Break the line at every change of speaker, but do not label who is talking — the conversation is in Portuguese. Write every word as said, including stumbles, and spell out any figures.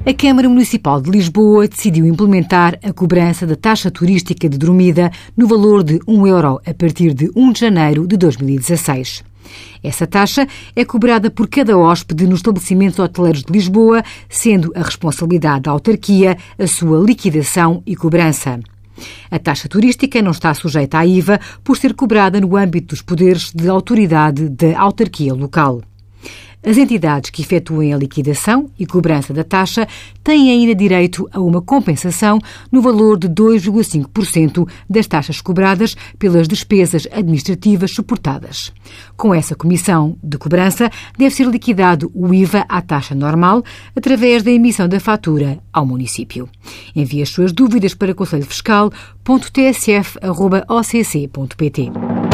A Câmara Municipal de Lisboa decidiu implementar a cobrança da taxa turística de dormida no valor de um euro a partir de primeiro de janeiro de dois mil e dezasseis. Essa taxa é cobrada por cada hóspede nos estabelecimentos hoteleiros de Lisboa, sendo a responsabilidade da autarquia a sua liquidação e cobrança. A taxa turística não está sujeita à I V A por ser cobrada no âmbito dos poderes de autoridade da autarquia local. As entidades que efetuem a liquidação e cobrança da taxa têm ainda direito a uma compensação no valor de dois vírgula cinco por cento das taxas cobradas pelas despesas administrativas suportadas. Com essa comissão de cobrança, deve ser liquidado o I V A à taxa normal através da emissão da fatura ao município. Envie as suas dúvidas para conselho fiscal ponto t s f arroba o c c ponto p t.